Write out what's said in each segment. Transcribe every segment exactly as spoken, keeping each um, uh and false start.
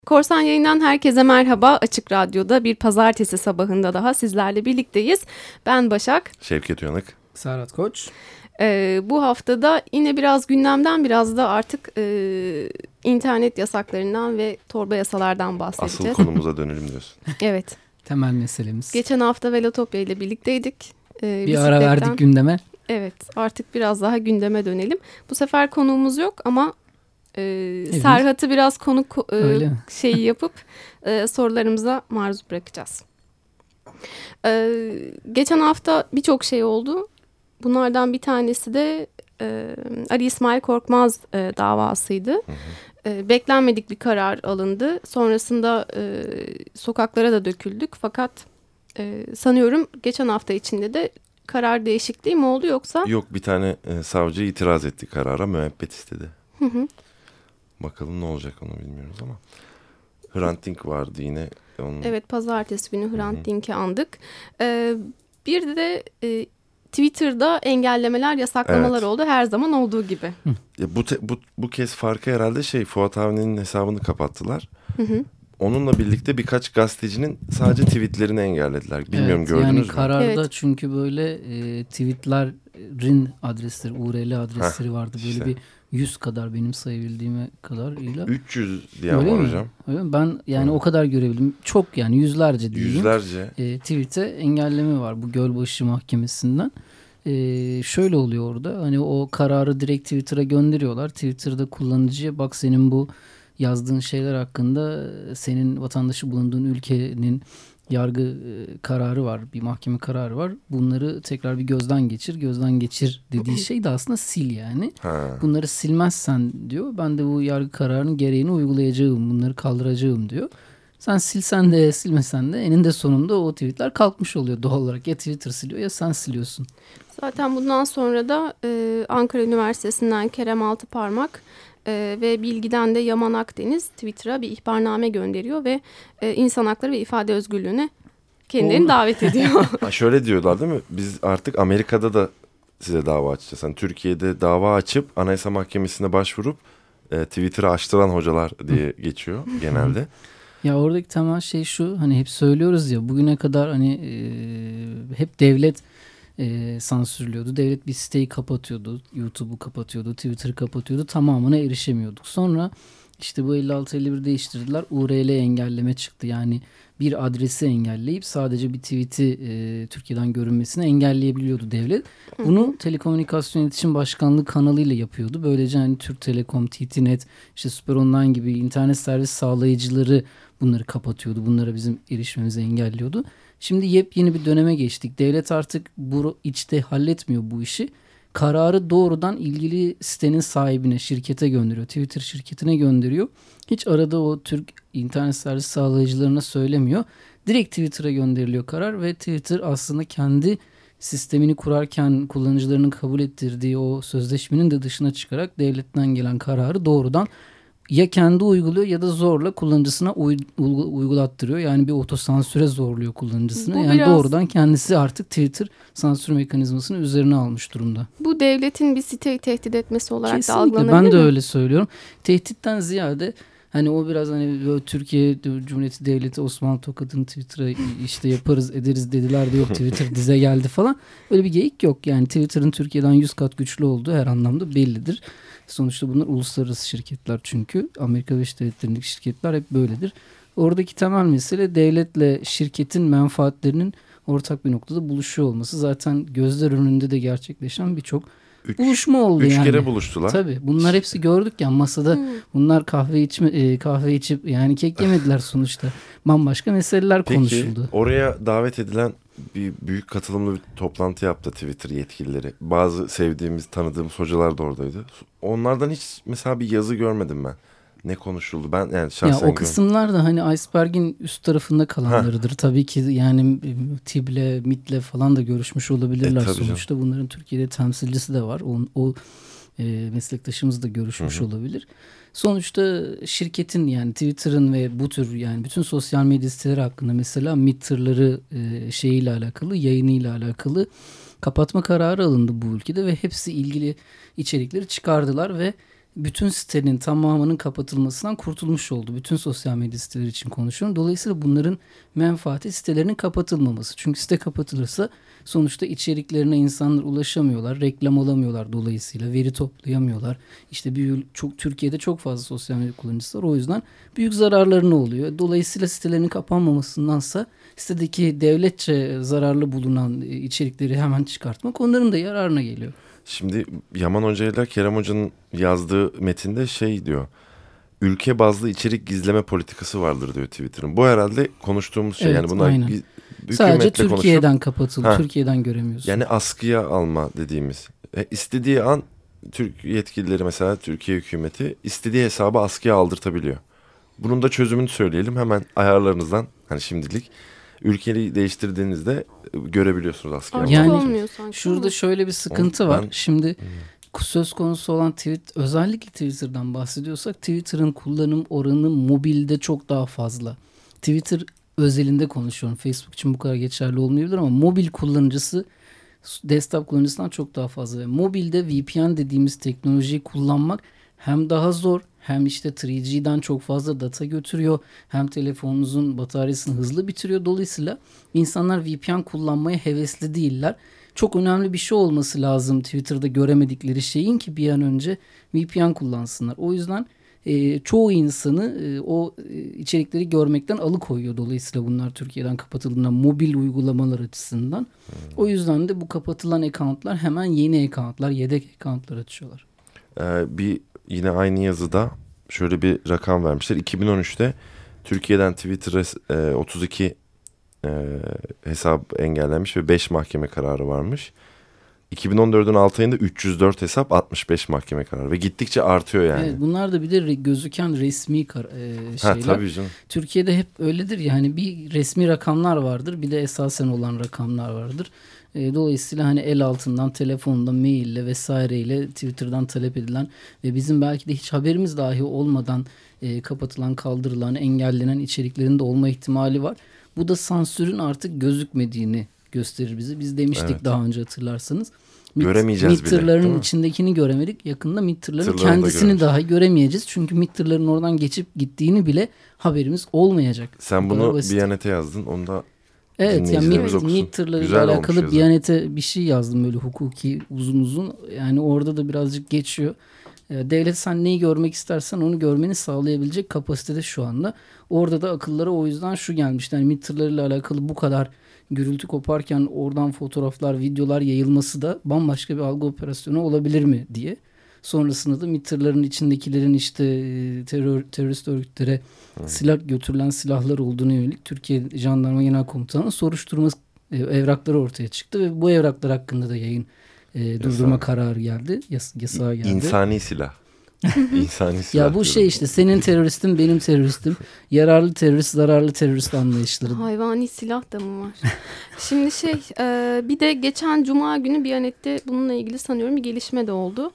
Korsan Yayın'dan herkese merhaba. Açık Radyo'da bir pazartesi sabahında daha sizlerle birlikteyiz. Ben Başak. Şevket Uyanık. Serhat Koç. Ee, bu haftada yine biraz gündemden, biraz da artık e, internet yasaklarından ve torba yasalardan bahsedeceğiz. Asıl konumuza dönelim diyorsun. Evet. Temel meselemiz. Geçen hafta Velotopya ile birlikteydik. Ee, bir ara verdik gündeme. Evet, artık biraz daha gündeme dönelim. Bu sefer konuğumuz yok ama e, evet. Serhat'ı biraz konuk e, şeyi yapıp e, sorularımıza maruz bırakacağız. E, geçen hafta birçok şey oldu. Bunlardan bir tanesi de e, Ali İsmail Korkmaz e, davasıydı. Hı hı. E, beklenmedik bir karar alındı. Sonrasında e, sokaklara da döküldük. Fakat e, sanıyorum geçen hafta içinde de karar değişikliği mi oldu yoksa? Yok, bir tane e, savcı itiraz etti karara, müebbet istedi. Hı hı. Bakalım ne olacak onu bilmiyoruz ama. Hrant Dink vardı yine. Onun... Evet, pazartesi günü Hrant Dink'i andık. E, bir de e, Twitter'da engellemeler, yasaklamalar evet. oldu her zaman olduğu gibi. Ya bu, te, bu bu kez farkı herhalde şey, Fuat Avni'nin hesabını kapattılar. Hı hı. Onunla birlikte birkaç gazetecinin sadece tweetlerini engellediler. Bilmiyorum, evet, gördünüz yani mü? Kararda evet. Çünkü böyle e, tweetlerin adresleri, U R L adresleri Heh, vardı. Böyle işte. Bir yüz kadar, benim sayabildiğime kadarıyla. üç yüz diye var hocam. Öyle mi? Ben yani evet. o kadar görebildim. Çok, yani yüzlerce diyeyim. Yüzlerce. E, tweet'e engelleme var bu Gölbaşı Mahkemesi'nden. Ee, şöyle oluyor orada, hani o kararı direkt Twitter'a gönderiyorlar. Twitter'da kullanıcıya bak, senin bu yazdığın şeyler hakkında senin vatandaşı bulunduğun ülkenin yargı e, kararı var, bir mahkeme kararı var. Bunları tekrar bir gözden geçir. Gözden geçir dediği şey de aslında sil yani. Ha. Bunları silmezsen diyor, ben de bu yargı kararının gereğini uygulayacağım, bunları kaldıracağım diyor. Sen silsen de silmesen de eninde sonunda o tweetler kalkmış oluyor doğal olarak. Ya Twitter siliyor ya sen siliyorsun. Zaten bundan sonra da e, Ankara Üniversitesi'nden Kerem Altıparmak e, ve Bilgi'den de Yaman Akdeniz Twitter'a bir ihbarname gönderiyor ve e, insan hakları ve ifade özgürlüğüne kendilerini davet ediyor. Ha, şöyle diyorlar değil mi? Biz artık Amerika'da da size dava açacağız. Yani Türkiye'de dava açıp Anayasa Mahkemesi'ne başvurup e, Twitter'ı açtıran hocalar diye geçiyor genelde. Ya oradaki temel şey şu, hani hep söylüyoruz ya, bugüne kadar hani e, hep devlet e, sansürlüyordu. Devlet bir siteyi kapatıyordu, YouTube'u kapatıyordu, Twitter'ı kapatıyordu, tamamına erişemiyorduk. Sonra işte bu elli altı elli bir değiştirdiler, U R L engelleme çıktı. Yani bir adresi engelleyip sadece bir tweet'i e, Türkiye'den görünmesini engelleyebiliyordu devlet. Bunu Telekomünikasyon İletişim Başkanlığı kanalıyla yapıyordu. Böylece hani Türk Telekom, T T Net, işte Süper Online gibi internet servis sağlayıcıları bunları kapatıyordu. Bunlara bizim erişmemizi engelliyordu. Şimdi yepyeni bir döneme geçtik. Devlet artık bu içte halletmiyor bu işi. Kararı doğrudan ilgili sitenin sahibine, şirkete gönderiyor. Twitter şirketine gönderiyor. Hiç arada o Türk internet servis sağlayıcılarına söylemiyor. Direkt Twitter'a gönderiliyor karar ve Twitter aslında kendi sistemini kurarken kullanıcılarının kabul ettirdiği o sözleşmenin de dışına çıkarak devletten gelen kararı doğrudan ya kendi uyguluyor ya da zorla kullanıcısına uy- uygulattırıyor. Yani bir otosansüre zorluyor kullanıcısını. Bu yani biraz... doğrudan kendisi artık Twitter sansür mekanizmasını üzerine almış durumda. Bu devletin bir siteyi tehdit etmesi olarak Kesinlikle. da algılanabilir Ben mi? de öyle söylüyorum. Tehditten ziyade hani o biraz hani Türkiye Cumhuriyeti Devleti Osmanlı Tokadı'nı Twitter'a işte yaparız ederiz dediler de yok Twitter dize geldi falan. Öyle bir geyik yok. Yani Twitter'ın Türkiye'den yüz kat güçlü olduğu her anlamda bellidir. Sonuçta bunlar uluslararası şirketler çünkü. Amerika Birleşik Devletleri'ndeki şirketler hep böyledir. Oradaki temel mesele devletle şirketin menfaatlerinin ortak bir noktada buluşuyor olması. Zaten gözler önünde de gerçekleşen birçok Üç, buluşma oldu üç yani. Üç kere buluştular. Tabii. Bunlar hepsi gördük ya masada. Hmm. Bunlar kahve içme e, kahve içip yani kek yemediler sonuçta. Bambaşka meseleler Peki, konuşuldu. Peki oraya davet edilen bir büyük katılımlı bir toplantı yaptı Twitter yetkilileri. Bazı sevdiğimiz, tanıdığımız hocalar da oradaydı. Onlardan hiç mesela bir yazı görmedim ben. Ne konuşuldu? Ben yani şahsen ya o kısımlar da hani iceberg'in üst tarafında kalanlarıdır. Ha. Tabii ki yani TİB'le, MİT'le falan da görüşmüş olabilirler. E, sonuçta canım. Bunların Türkiye'de temsilcisi de var. O, o e, meslektaşımız da görüşmüş Hı-hı. olabilir. Sonuçta şirketin yani Twitter'ın ve bu tür yani bütün sosyal medya siteleri hakkında mesela MİT tırları e, şeyiyle alakalı, yayınıyla alakalı kapatma kararı alındı bu ülkede ve hepsi ilgili içerikleri çıkardılar ve bütün sitenin tamamının kapatılmasından kurtulmuş oldu. Bütün sosyal medya siteleri için konuşuyorum. Dolayısıyla bunların menfaati sitelerinin kapatılmaması. Çünkü site kapatılırsa sonuçta içeriklerine insanlar ulaşamıyorlar, reklam alamıyorlar, dolayısıyla veri toplayamıyorlar. İşte bir, çok Türkiye'de çok fazla sosyal medya kullanıcısı var. O yüzden büyük zararları oluyor. Dolayısıyla sitelerin kapanmamasındansa sitedeki devletçe zararlı bulunan içerikleri hemen çıkartmak onların da yararına geliyor. Şimdi Yaman Hoca ile Kerem Hoca'nın yazdığı metinde şey diyor. Ülke bazlı içerik gizleme politikası vardır diyor Twitter'ın. Bu herhalde konuştuğumuz şey. Evet, yani bunlar aynen. Sadece Türkiye'den kapatıldı. Ha, Türkiye'den göremiyorsun. Yani askıya alma dediğimiz. E, istediği an Türk yetkilileri, mesela Türkiye hükümeti istediği hesabı askıya aldırtabiliyor. Bunun da çözümünü söyleyelim hemen ayarlarınızdan. Hani şimdilik ülkeyi değiştirdiğinizde görebiliyorsunuz askıya. Yani olmuyor sanki. Şurada şöyle bir sıkıntı var. Ben, Şimdi hmm. söz konusu olan tweet, özellikle Twitter'dan bahsediyorsak Twitter'ın kullanım oranı mobilde çok daha fazla. Twitter özelinde konuşuyorum. Facebook için bu kadar geçerli olmayabilir ama mobil kullanıcısı desktop kullanıcısından çok daha fazla. Ve mobilde V P N dediğimiz teknolojiyi kullanmak hem daha zor, hem işte üç G'den çok fazla data götürüyor, hem telefonunuzun bataryasını hızlı bitiriyor. Dolayısıyla insanlar V P N kullanmaya hevesli değiller. Çok önemli bir şey olması lazım Twitter'da göremedikleri şeyin ki bir an önce V P N kullansınlar. O yüzden e, çoğu insanı e, o e, içerikleri görmekten alıkoyuyor. Dolayısıyla bunlar Türkiye'den kapatıldığında mobil uygulamalar açısından. Hmm. O yüzden de bu kapatılan accountlar hemen yeni accountlar, yedek accountlar açıyorlar. Ee, bir yine aynı yazıda şöyle bir rakam vermişler. iki bin on üçte Türkiye'den Twitter'a e, otuz iki e, hesap engellenmiş ve beş mahkeme kararı varmış. iki bin on dördün altı ayında üç yüz dört hesap, altmış beş mahkeme kararı ve gittikçe artıyor yani. Evet, bunlar da bir de re- gözüken resmi kar- e, şeyler. Ha, tabii canım. Türkiye'de hep öyledir yani, bir resmi rakamlar vardır, bir de esasen olan rakamlar vardır. E, dolayısıyla hani el altından, telefonla, maille vesaireyle Twitter'dan talep edilen ve bizim belki de hiç haberimiz dahi olmadan e, kapatılan, kaldırılan, engellenen içeriklerin de olma ihtimali var. Bu da sansürün artık gözükmediğini gösterir bize. Biz demiştik evet. daha önce hatırlarsanız. Göremeyeceğiz bile. Mitter'ların bile, içindekini göremedik. Yakında Mitter'ların kendisini dahi göremeyeceğiz. Çünkü Mitter'ların oradan geçip gittiğini bile haberimiz olmayacak. Sen bunu Biyanet'e yazdın. Onu da evet, yani Mitter'larla alakalı Biyanet'e bir şey yazdım böyle hukuki uzun uzun. Yani orada da birazcık geçiyor. Devlet sen neyi görmek istersen onu görmeni sağlayabilecek kapasitede şu anda. Orada da akıllara o yüzden şu gelmiş. Yani Mitter'larla alakalı bu kadar gürültü koparken oradan fotoğraflar, videolar yayılması da bambaşka bir algı operasyonu olabilir mi diye. Sonrasında da Mitter'ların içindekilerin işte terör, terörist örgütlere hmm. silah götürülen silahlar olduğuna yönelik Türkiye Jandarma Genel Komutanı'nın soruşturma evrakları ortaya çıktı ve bu evraklar hakkında da yayın e, durdurma kararı geldi. Yas, yasağa geldi. İnsani silah. İnsani silah. Ya bu diyorum. Şey işte senin teröristin benim teröristim. Yararlı terörist, zararlı terörist anlayışları. Hayvani silah da mı var? Şimdi şey e, bir de geçen Cuma günü Biyanet'te bununla ilgili sanıyorum bir gelişme de oldu.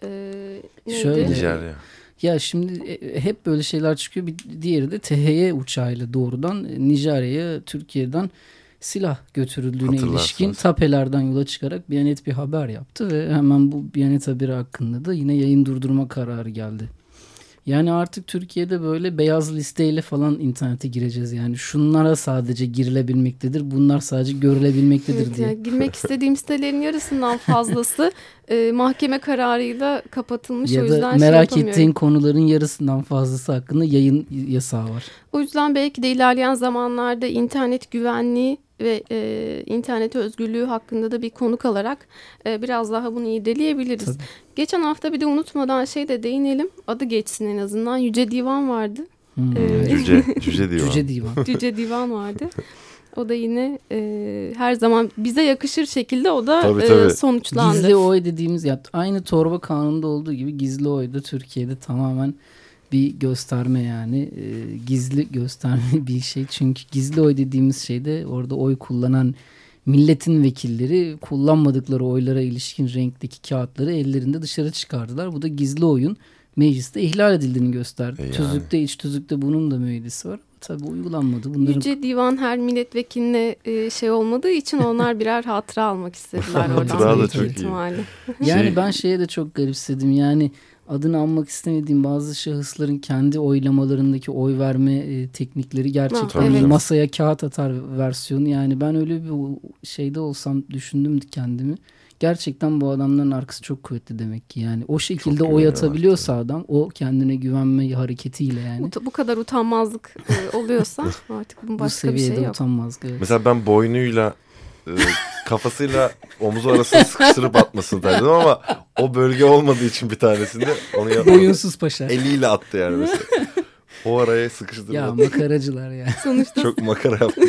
E, Şöyle. Nijerya. Ya şimdi hep böyle şeyler çıkıyor. Bir diğeri de T H Y uçağıyla doğrudan Nijerya'ya Türkiye'den silah götürüldüğüne ilişkin tapelerden yola çıkarak Biyanet bir haber yaptı ve hemen bu Biyanet haberi hakkında da yine yayın durdurma kararı geldi. Yani artık Türkiye'de böyle beyaz listeyle falan internete gireceğiz. Yani şunlara sadece girilebilmektedir, bunlar sadece görülebilmektedir evet, diye. Yani girmek istediğim sitelerin yarısından fazlası e, mahkeme kararıyla kapatılmış. Ya o yüzden da merak şey ettiğin konuların yarısından fazlası hakkında yayın yasağı var. O yüzden belki de ilerleyen zamanlarda internet güvenliği ve e, internet özgürlüğü hakkında da bir konuk alarak e, biraz daha bunu irdeleyebiliriz. Tabii. Geçen hafta bir de unutmadan şey de değinelim. Adı geçsin en azından. Yüce Divan vardı. Hmm. Ee, Cüce, Cüce Divan. Cüce Divan. Cüce Divan vardı. O da yine e, her zaman bize yakışır şekilde o da tabii, tabii. E, sonuçlandı. Gizli oy dediğimiz ya aynı torba kanununda olduğu gibi gizli oy da Türkiye'de tamamen bir gösterme yani e, gizli gösterme bir şey. Çünkü gizli oy dediğimiz şeyde orada oy kullanan milletin vekilleri kullanmadıkları oylara ilişkin renkteki kağıtları ellerinde dışarı çıkardılar. Bu da gizli oyun mecliste ihlal edildiğini gösterdi. Yani. Tüzükte, iç tüzükte bunun da müeyyidesi var. Tabii uygulanmadı. Bunların... Yüce Divan her milletvekiline e, şey olmadığı için onlar birer hatıra almak istediler oradan. Hatıra da çok iyi. Yani ben şeye de çok garipsedim. Yani adını anmak istemediğim bazı şahısların kendi oylamalarındaki oy verme e, teknikleri gerçekten evet. masaya kağıt atar versiyonu. Yani ben öyle bir şeyde olsam düşündüm kendimi. Gerçekten bu adamların arkası çok kuvvetli demek ki. Yani o şekilde oy atabiliyorsa adam, o kendine güvenme hareketiyle yani. Bu, bu kadar utanmazlık e, oluyorsa artık bunun başka bir şey yok. Bu seviyede utanmazlık. Evet. Mesela ben boynuyla e, kafasıyla omuzu arasını sıkıştırıp atmasını derdim ama o bölge olmadığı için bir tanesinde onu yapmadı. Boyunsuz paşa. Eliyle attı yani mesela. O araya sıkıştırdı. Ya makaracılar ya. Sonuçta çok makara yaptı.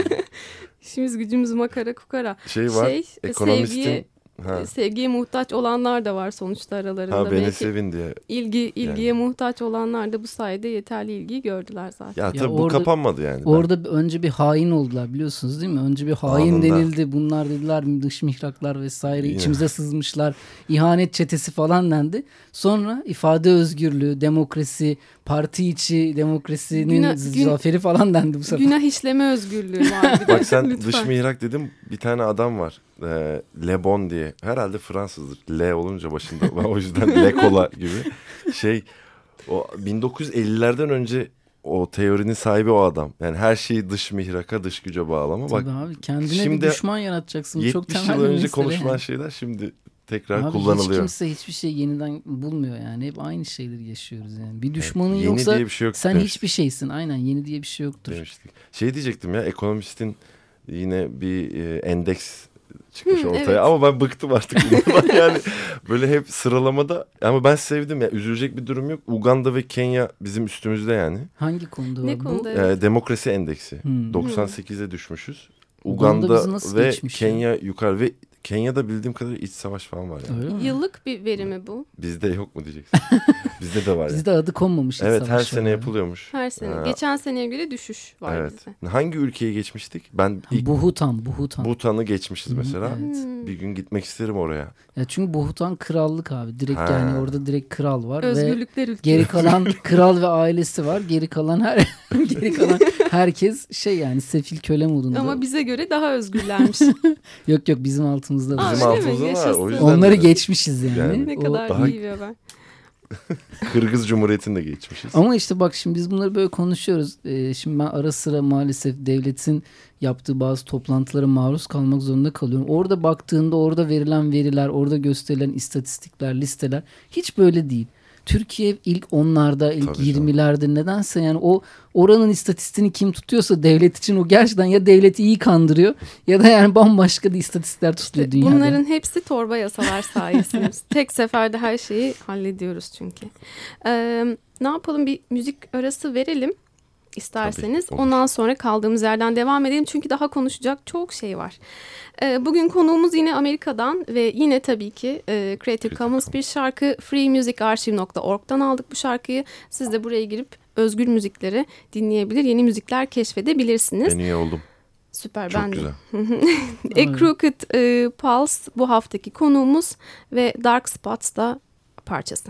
İşimiz gücümüz makara kukara. Şey var, şey, ekonomistin... Sevgiye, Ha. sevgiye muhtaç olanlar da var sonuçta aralarında. Ha, beni sevin diye. İlgi, ilgiye yani. muhtaç olanlar da bu sayede yeterli ilgiyi gördüler zaten. Ya tabii ya bu orada, kapanmadı yani. Orada ben. önce bir hain oldular biliyorsunuz değil mi? Önce bir hain Anında. denildi. Bunlar dediler dış mihraklar vesaire Yine. içimize sızmışlar. İhanet çetesi falan dendi. Sonra ifade özgürlüğü, demokrasi, parti içi demokrasinin Günah, zaferi falan dendi bu sefer. Günah işleme özgürlüğü var bir de. Bak sen dış mihrak dedim, bir tane adam var. E, Le Bon diye. Herhalde Fransızdır. Le olunca başında. O yüzden Le Cola gibi. Şey, o bin dokuz yüz ellilerden önce o teorinin sahibi o adam. Yani her şeyi dış mihraka, dış güce bağlama. Tabii bak, abi kendine şimdi bir düşman yaratacaksın. Çok temel yetmiş yıl önce konuşulan yani. şeyler şimdi tekrar abi kullanılıyor. Hiç kimse hiçbir şey yeniden bulmuyor yani. Hep aynı şeyleri yaşıyoruz yani. Bir düşmanın evet, yoksa diye bir şey yok sen demiştik. hiçbir şeysin. Aynen, yeni diye bir şey yoktur. Demiştik. Şey diyecektim ya, ekonomistin yine bir e, endeks çıkmış hmm, ortaya evet. Ama ben bıktım artık bundan. Yani böyle hep sıralamada, ama ben sevdim ya, üzülecek bir durum yok. Uganda ve Kenya bizim üstümüzde yani. Hangi konuda ne var konuda, bu? Evet. Ee, demokrasi endeksi. Hmm. doksan sekize düşmüşüz. Uganda, Uganda ve Kenya ya? yukarı ve Kenya'da bildiğim kadarıyla iç savaş falan var yani. Yıllık bir veri mi bu? Bizde yok mu diyeceksin? Bizde de var. Bizde yani. Adı konmamış iç evet, savaş. Evet, her sene yapılıyormuş. Her sene. Ha. Geçen seneye göre düşüş var evet. bizde. Hangi ülkeye geçmiştik? Ben ilk Bhutan, Bhutan. Bhutan'ı geçmişiz mesela. Evet. Bir gün gitmek isterim oraya. Ya çünkü Bhutan krallık abi. Direkt ha. yani orada direkt kral var. Özgürlükler ve geri kalan kral ve ailesi var. Geri kalan her geri kalan herkes şey yani sefil köle modunda. Ama bize göre daha özgürlermiş. yok yok bizim altımızda var. Bizim altımızda var. O yüzden onları de... geçmişiz yani. yani ne kadar o... iyi bir haber. Kırgız Cumhuriyeti'ni de geçmişiz. Ama işte bak şimdi biz bunları böyle konuşuyoruz. Ee, şimdi ben ara sıra maalesef devletin yaptığı bazı toplantılara maruz kalmak zorunda kalıyorum. Orada baktığında orada verilen veriler, orada gösterilen istatistikler, listeler hiç böyle değil. Türkiye ilk onlarda, ilk Tabii yirmilerde canım. Nedense yani o oranın istatistiğini kim tutuyorsa devlet için o gerçekten ya devleti iyi kandırıyor ya da yani bambaşka bir istatistikler tutuyor işte dünyada. Bunların hepsi torba yasalar sayesinde. Tek seferde her şeyi hallediyoruz çünkü. Ee, ne yapalım, bir müzik arası verelim isterseniz. Tabii, ondan sonra kaldığımız yerden devam edelim. Çünkü daha konuşacak çok şey var. Ee, bugün konuğumuz yine Amerika'dan ve yine tabii ki e, Creative Commons bir şarkı. free music archive nokta org'dan aldık bu şarkıyı. Siz de buraya girip özgür müzikleri dinleyebilir, yeni müzikler keşfedebilirsiniz. Ben iyi oldum. Süper, çok ben de. güzel. A Crooked e, Pulse bu haftaki konuğumuz ve Dark Spots da parçası.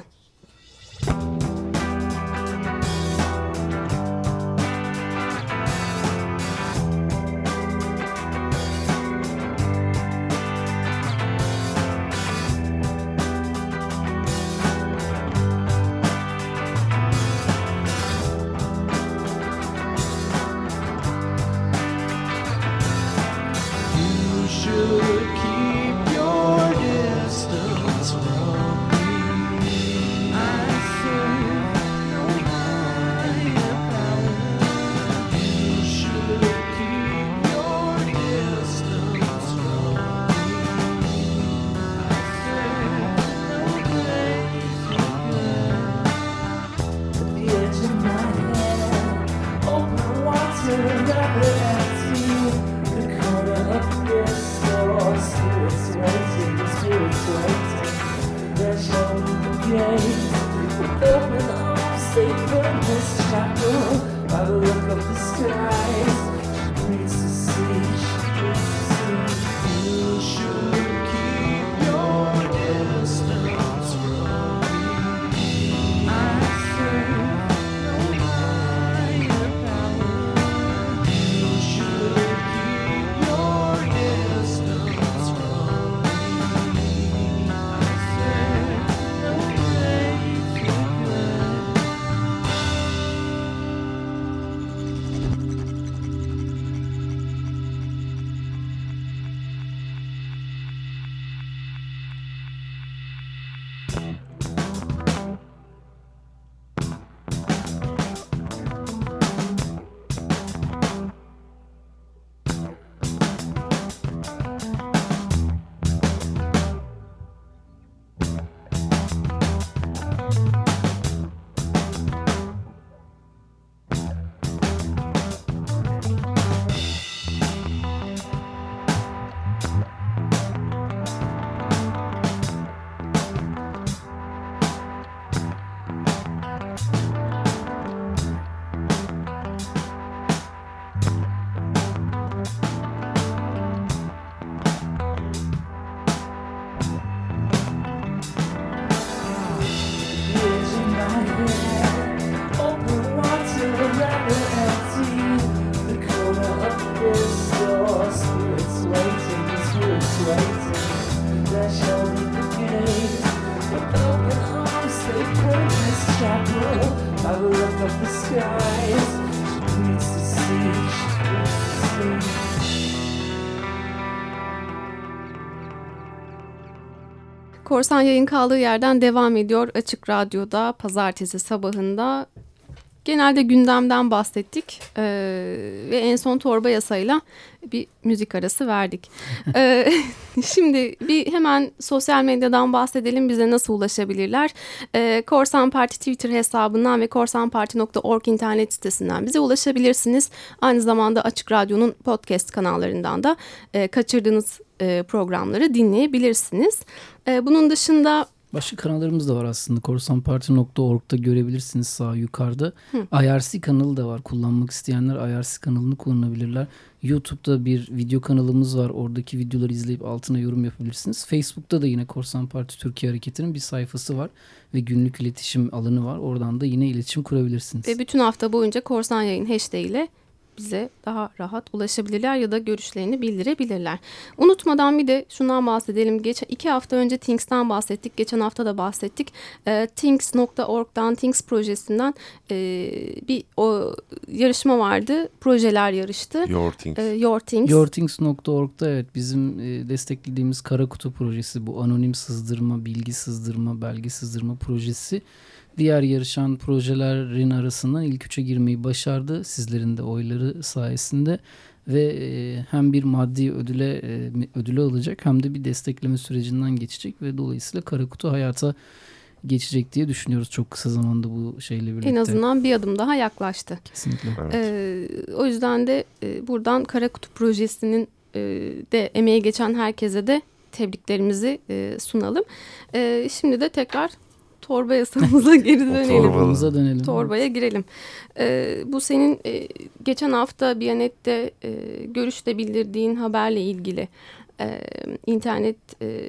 Korsan yayın kaldığı yerden devam ediyor. Açık Radyo'da pazartesi sabahında genelde gündemden bahsettik ee, ve en son torba yasayla bir müzik arası verdik. ee, şimdi bir hemen sosyal medyadan bahsedelim, bize nasıl ulaşabilirler? Ee, Korsan Parti Twitter hesabından ve korsanparti nokta org internet sitesinden bize ulaşabilirsiniz. Aynı zamanda Açık Radyo'nun podcast kanallarından da e, kaçırdığınız e, programları dinleyebilirsiniz. E, bunun dışında başka kanallarımız da var aslında. korsanparti nokta org'da görebilirsiniz sağ yukarıda. Hı. I R C kanalı da var. Kullanmak isteyenler I R C kanalını kullanabilirler. YouTube'da bir video kanalımız var. Oradaki videoları izleyip altına yorum yapabilirsiniz. Facebook'ta da yine Korsan Parti Türkiye Hareketi'nin bir sayfası var. Ve günlük iletişim alanı var. Oradan da yine iletişim kurabilirsiniz. Ve bütün hafta boyunca Korsan Yayın hashtag ile bize daha rahat ulaşabilirler ya da görüşlerini bildirebilirler. Unutmadan bir de şundan bahsedelim. Geçen iki hafta önce Things'ten bahsettik. Geçen hafta da bahsettik. E, Things nokta org'dan, Things projesinden e, bir o yarışma vardı. Projeler yarıştı. Your Things. E, Your Things. Your Things nokta org'da evet bizim e, desteklediğimiz Kara Kutu projesi, bu anonim sızdırma, bilgi sızdırma, belge sızdırma projesi. Diğer yarışan projelerin arasından ilk üçe girmeyi başardı. Sizlerin de oyları sayesinde ve e, hem bir maddi ödüle e, ödülü alacak hem de bir destekleme sürecinden geçecek ve dolayısıyla Kara Kutu hayata geçecek diye düşünüyoruz çok kısa zamanda bu şeyle birlikte. En azından bir adım daha yaklaştı. Kesinlikle. Evet. Ee, o yüzden de e, buradan Kara Kutu projesinin e, de emeği geçen herkese de tebriklerimizi e, sunalım. E, şimdi de tekrar torba yasamıza geri dönelim. Torbamıza dönelim. Torbaya girelim. Ee, bu senin e, geçen hafta Biyanet'te e, görüşte bildirdiğin haberle ilgili e, internet e,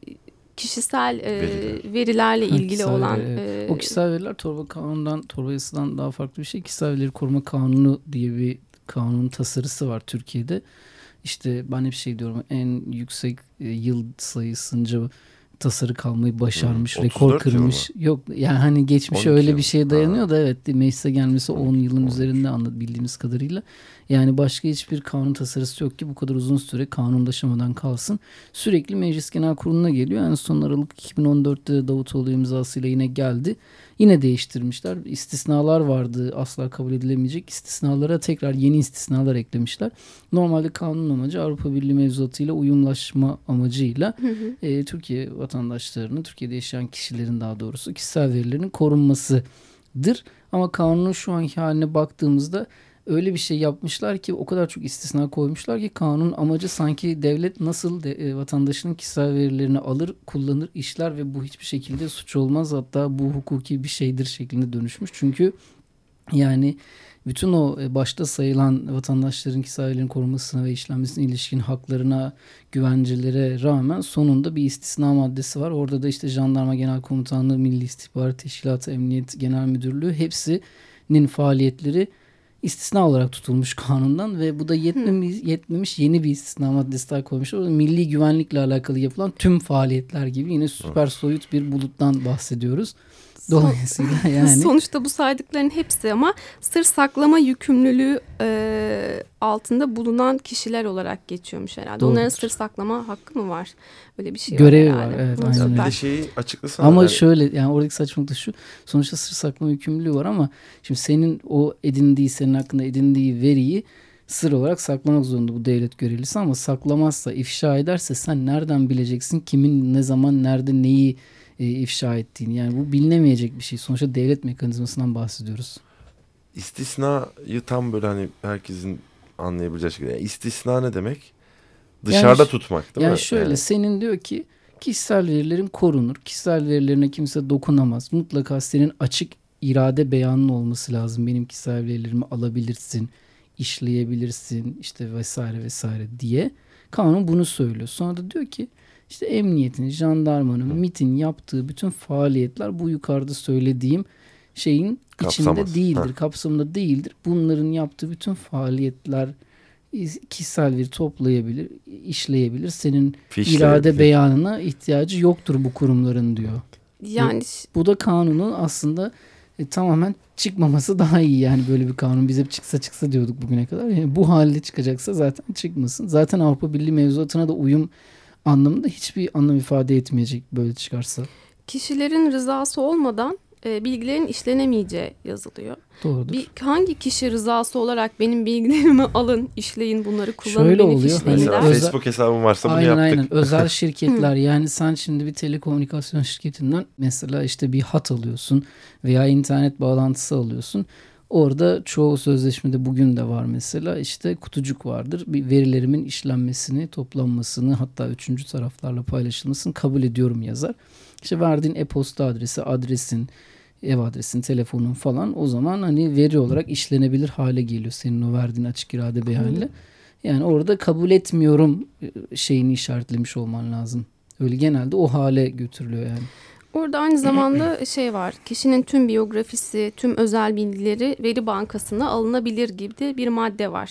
kişisel e, Veriler. verilerle ilgili kişisel olan. veri, evet. e, O kişisel veriler torba kanundan, torba yasadan daha farklı bir şey. Kişisel verileri koruma kanunu diye bir kanun tasarısı var Türkiye'de. İşte ben hep şey diyorum, en yüksek e, yıl sayısınca tasarı kalmayı başarmış, hmm, rekor kırmış. Yok yani hani geçmişe öyle bir şeye dayanıyor ha. da evet meclise gelmesi on yılın üzerinde anladı bildiğimiz kadarıyla. Yani başka hiçbir kanun tasarısı yok ki bu kadar uzun süre kanunlaşamadan kalsın. Sürekli Meclis Genel Kurulu'na geliyor. En son Aralık iki bin on dörtte Davutoğlu imzasıyla yine geldi. Yine değiştirmişler. İstisnalar vardı. Asla kabul edilemeyecek. İstisnalara tekrar yeni istisnalar eklemişler. Normalde kanunun amacı Avrupa Birliği mevzuatıyla uyumlaşma amacıyla hı hı. E, Türkiye vatandaşlarının, Türkiye'de yaşayan kişilerin daha doğrusu kişisel verilerinin korunmasıdır. Ama kanunun şu anki haline baktığımızda öyle bir şey yapmışlar ki o kadar çok istisna koymuşlar ki kanunun amacı sanki devlet nasıl de, e, vatandaşının kişisel verilerini alır, kullanır, işler ve bu hiçbir şekilde suç olmaz. Hatta bu hukuki bir şeydir şeklinde dönüşmüş. Çünkü yani bütün o e, başta sayılan vatandaşların kişisel verilerinin korunmasına ve işlenmesine ilişkin haklarına, güvencelere rağmen sonunda bir istisna maddesi var. Orada da işte Jandarma Genel Komutanlığı, Milli İstihbarat Teşkilatı, Emniyet Genel Müdürlüğü hepsinin faaliyetleri istisna olarak tutulmuş kanundan ve bu da yetmemiş, yetmemiş yeni bir istisna maddesi daha koymuşlar. Orada milli güvenlikle alakalı yapılan tüm faaliyetler gibi yine süper soyut bir buluttan bahsediyoruz. Dolayısıyla yani. Sonuçta bu saydıkların hepsi ama sır saklama yükümlülüğü e, altında bulunan kişiler olarak geçiyormuş herhalde. Doğrudur. Onların sır saklama hakkı mı var? Öyle bir şey görevi var. Görevi var evet. Aynen. Aynen. Bir de şeyi açıklasana. Ama yani. şöyle yani oradaki saçmalık da şu. Sonuçta sır saklama yükümlülüğü var ama şimdi senin o edindiği, senin hakkında edindiği veriyi sır olarak saklamak zorunda bu devlet görevlisi ama saklamazsa, ifşa ederse sen nereden bileceksin kimin ne zaman nerede neyi e, ifşa ettiğini? Yani bu bilinemeyecek bir şey. Sonuçta devlet mekanizmasından bahsediyoruz. İstisnayı tam böyle hani herkesin anlayabileceği şekilde. Yani istisna ne demek? Dışarıda yani, tutmak değil yani mi? Şöyle, yani şöyle senin diyor ki kişisel verilerin korunur. Kişisel verilerine kimse dokunamaz. Mutlaka senin açık irade beyanın olması lazım. Benim kişisel verilerimi alabilirsin, işleyebilirsin işte vesaire vesaire diye. Kanun bunu söylüyor. Sonra da diyor ki işte emniyetin, jandarmanın, MİT'in yaptığı bütün faaliyetler bu yukarıda söylediğim şeyin Kapsamaz. içinde değildir, ha. kapsamında değildir. Bunların yaptığı bütün faaliyetler kişisel veri toplayabilir, işleyebilir. Senin Fişle, irade fiş. beyanına ihtiyacı yoktur bu kurumların diyor. Yani bu, bu da kanunun aslında e, tamamen çıkmaması daha iyi. Yani böyle bir kanun bize çıksa çıksa diyorduk bugüne kadar. Yani bu halde çıkacaksa zaten çıkmasın. Zaten Avrupa Birliği mevzuatına da uyum anlamında hiçbir anlam ifade etmeyecek böyle çıkarsa. Kişilerin rızası olmadan e, bilgilerin işlenemeyeceği yazılıyor. Doğrudur. Bir, hangi kişi rızası olarak benim bilgilerimi alın, işleyin, bunları kullanın, Şöyle beni oluyor. fişleyin Mesela der. Facebook hesabım varsa bunu aynen, yaptık. Aynen özel şirketler yani sen şimdi bir telekomünikasyon şirketinden mesela işte bir hat alıyorsun veya internet bağlantısı alıyorsun. Orada çoğu sözleşmede bugün de var mesela işte kutucuk vardır. Bir verilerimin işlenmesini, toplanmasını hatta üçüncü taraflarla paylaşılmasını kabul ediyorum yazar. İşte verdiğin e-posta adresi, adresin, ev adresin, telefonun falan o zaman hani veri olarak işlenebilir hale geliyor senin o verdiğin açık irade beyanıyla. Yani orada kabul etmiyorum şeyini işaretlemiş olman lazım. Öyle genelde o hale götürülüyor yani. Orada aynı zamanda şey var. Kişinin tüm biyografisi, tüm özel bilgileri veri bankasına alınabilir gibi de bir madde var.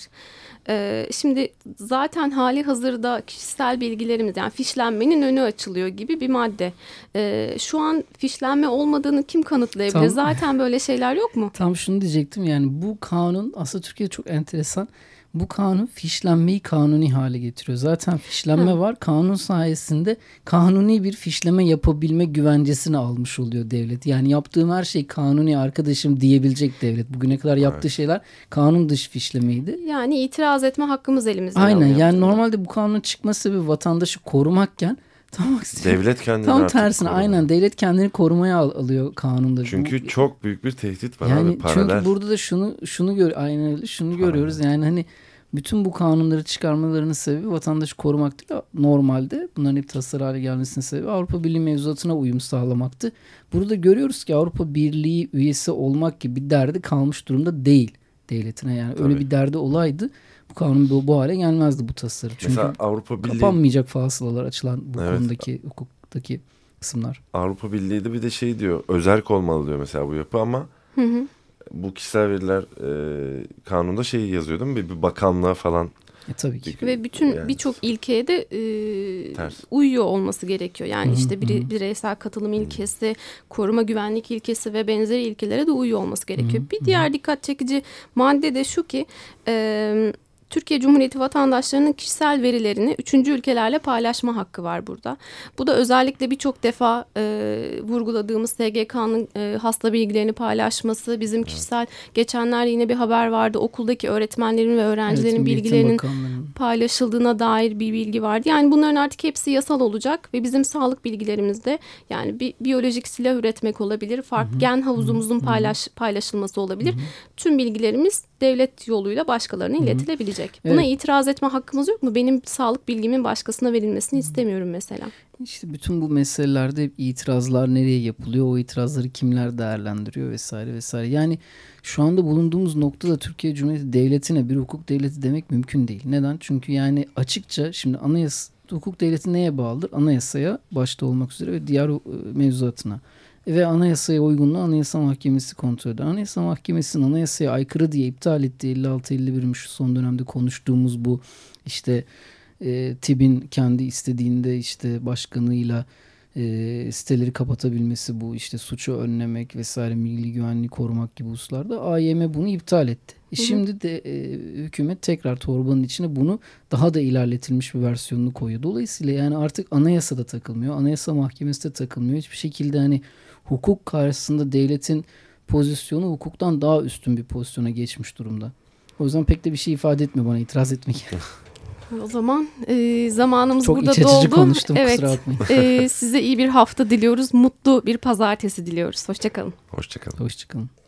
Ee, şimdi zaten hali hazırda kişisel bilgilerimiz yani fişlenmenin önü açılıyor gibi bir madde. Ee, şu an fişlenme olmadığını kim kanıtlayabilir? Tam, zaten böyle şeyler yok mu? Tam şunu diyecektim yani bu kanun aslında Türkiye'de çok enteresan. Bu kanun fişlenmeyi kanuni hale getiriyor. Zaten fişlenme Hı. var. Kanun sayesinde kanuni bir fişleme yapabilme güvencesini almış oluyor devlet. Yani yaptığım her şey kanuni arkadaşım diyebilecek devlet. Bugüne kadar yaptığı evet. şeyler kanun dışı fişlemeydi. Yani itiraz etme hakkımız elimizde. Aynen yani yaptığında. Normalde bu kanunun çıkması sebebi vatandaşı korumakken tam devlet kendini tam tersine koruma. Aynen devlet kendini korumaya al, alıyor kanunda. Çünkü bu, çok büyük bir tehdit var yani abi paralel. Çünkü burada da şunu şunu gör aynen öyle şunu paralel. Görüyoruz yani hani bütün bu kanunları çıkarmalarının sebebi vatandaşı korumak değil. Normalde bunların hep tasarı hale gelmesinin sebebi Avrupa Birliği mevzuatına uyum sağlamaktı. Burada görüyoruz ki Avrupa Birliği üyesi olmak gibi bir derdi kalmış durumda değil devletine. Yani Tabii. öyle bir derdi olaydı bu kanun bu, bu hale gelmezdi bu tasarı. Çünkü Mesela Avrupa Birliği kapanmayacak fasılalar açılan bu evet. konudaki hukuktaki kısımlar. Avrupa Birliği de bir de şey diyor özerk olmalı diyor mesela bu yapı ama hı hı. bu kişisel veriler e, kanunda şey yazıyor değil mi? Bir, bir bakanlığa falan. E, tabii ki. Ve bütün yani. birçok ilkeye de e, uyuyor olması gerekiyor. Yani Hı-hı. işte bire, bireysel katılım ilkesi, Hı-hı. koruma güvenlik ilkesi ve benzeri ilkelere de uyuyor olması gerekiyor. Hı-hı. Bir diğer dikkat çekici madde de şu ki e, Türkiye Cumhuriyeti vatandaşlarının kişisel verilerini üçüncü ülkelerle paylaşma hakkı var burada. Bu da özellikle birçok defa e, vurguladığımız S G K'nın e, hasta bilgilerini paylaşması, bizim evet. kişisel geçenlerde yine bir haber vardı. Okuldaki öğretmenlerin ve öğrencilerin evet, bilgilerinin paylaşıldığına dair bir bilgi vardı. Yani bunların artık hepsi yasal olacak ve bizim sağlık bilgilerimizde yani bir biyolojik silah üretmek olabilir, farklı Hı-hı. gen havuzumuzun paylaş, paylaşılması olabilir. Hı-hı. Tüm bilgilerimiz devlet yoluyla başkalarına Hı-hı. iletilebilecek. Buna evet. itiraz etme hakkımız yok mu? Benim sağlık bilgimin başkasına verilmesini istemiyorum mesela. İşte bütün bu meselelerde itirazlar nereye yapılıyor? O itirazları kimler değerlendiriyor vesaire vesaire. Yani şu anda bulunduğumuz noktada Türkiye Cumhuriyeti Devleti'ne bir hukuk devleti demek mümkün değil. Neden? Çünkü yani açıkça şimdi anayasa, hukuk devleti neye bağlıdır? Anayasaya başta olmak üzere ve diğer mevzuatına. Ve anayasaya uygunluğu Anayasa Mahkemesi kontrol eder. Anayasa Mahkemesi'nin anayasaya aykırı diye iptal ettiği elli altı elli birmiş şu son dönemde konuştuğumuz bu işte e, T İ B'in kendi istediğinde işte başkanıyla e, siteleri kapatabilmesi bu işte suçu önlemek vesaire milli güvenliği korumak gibi hususlarda A Y M bunu iptal etti. E şimdi de e, hükümet tekrar torbanın içine bunu daha da ilerletilmiş bir versiyonunu koyuyor. Dolayısıyla yani artık anayasada takılmıyor. Anayasa Mahkemesi de takılmıyor. Hiçbir şekilde hani hukuk karşısında devletin pozisyonu hukuktan daha üstün bir pozisyona geçmiş durumda. O yüzden pek de bir şey ifade etmiyor bana itiraz etmek. O zaman e, zamanımız Çok burada doldu. Çok iç açıcı konuştum evet. kusura bakmayın. E, size iyi bir hafta diliyoruz. Mutlu bir pazartesi diliyoruz. Hoşçakalın. Hoşçakalın. Hoşçakalın.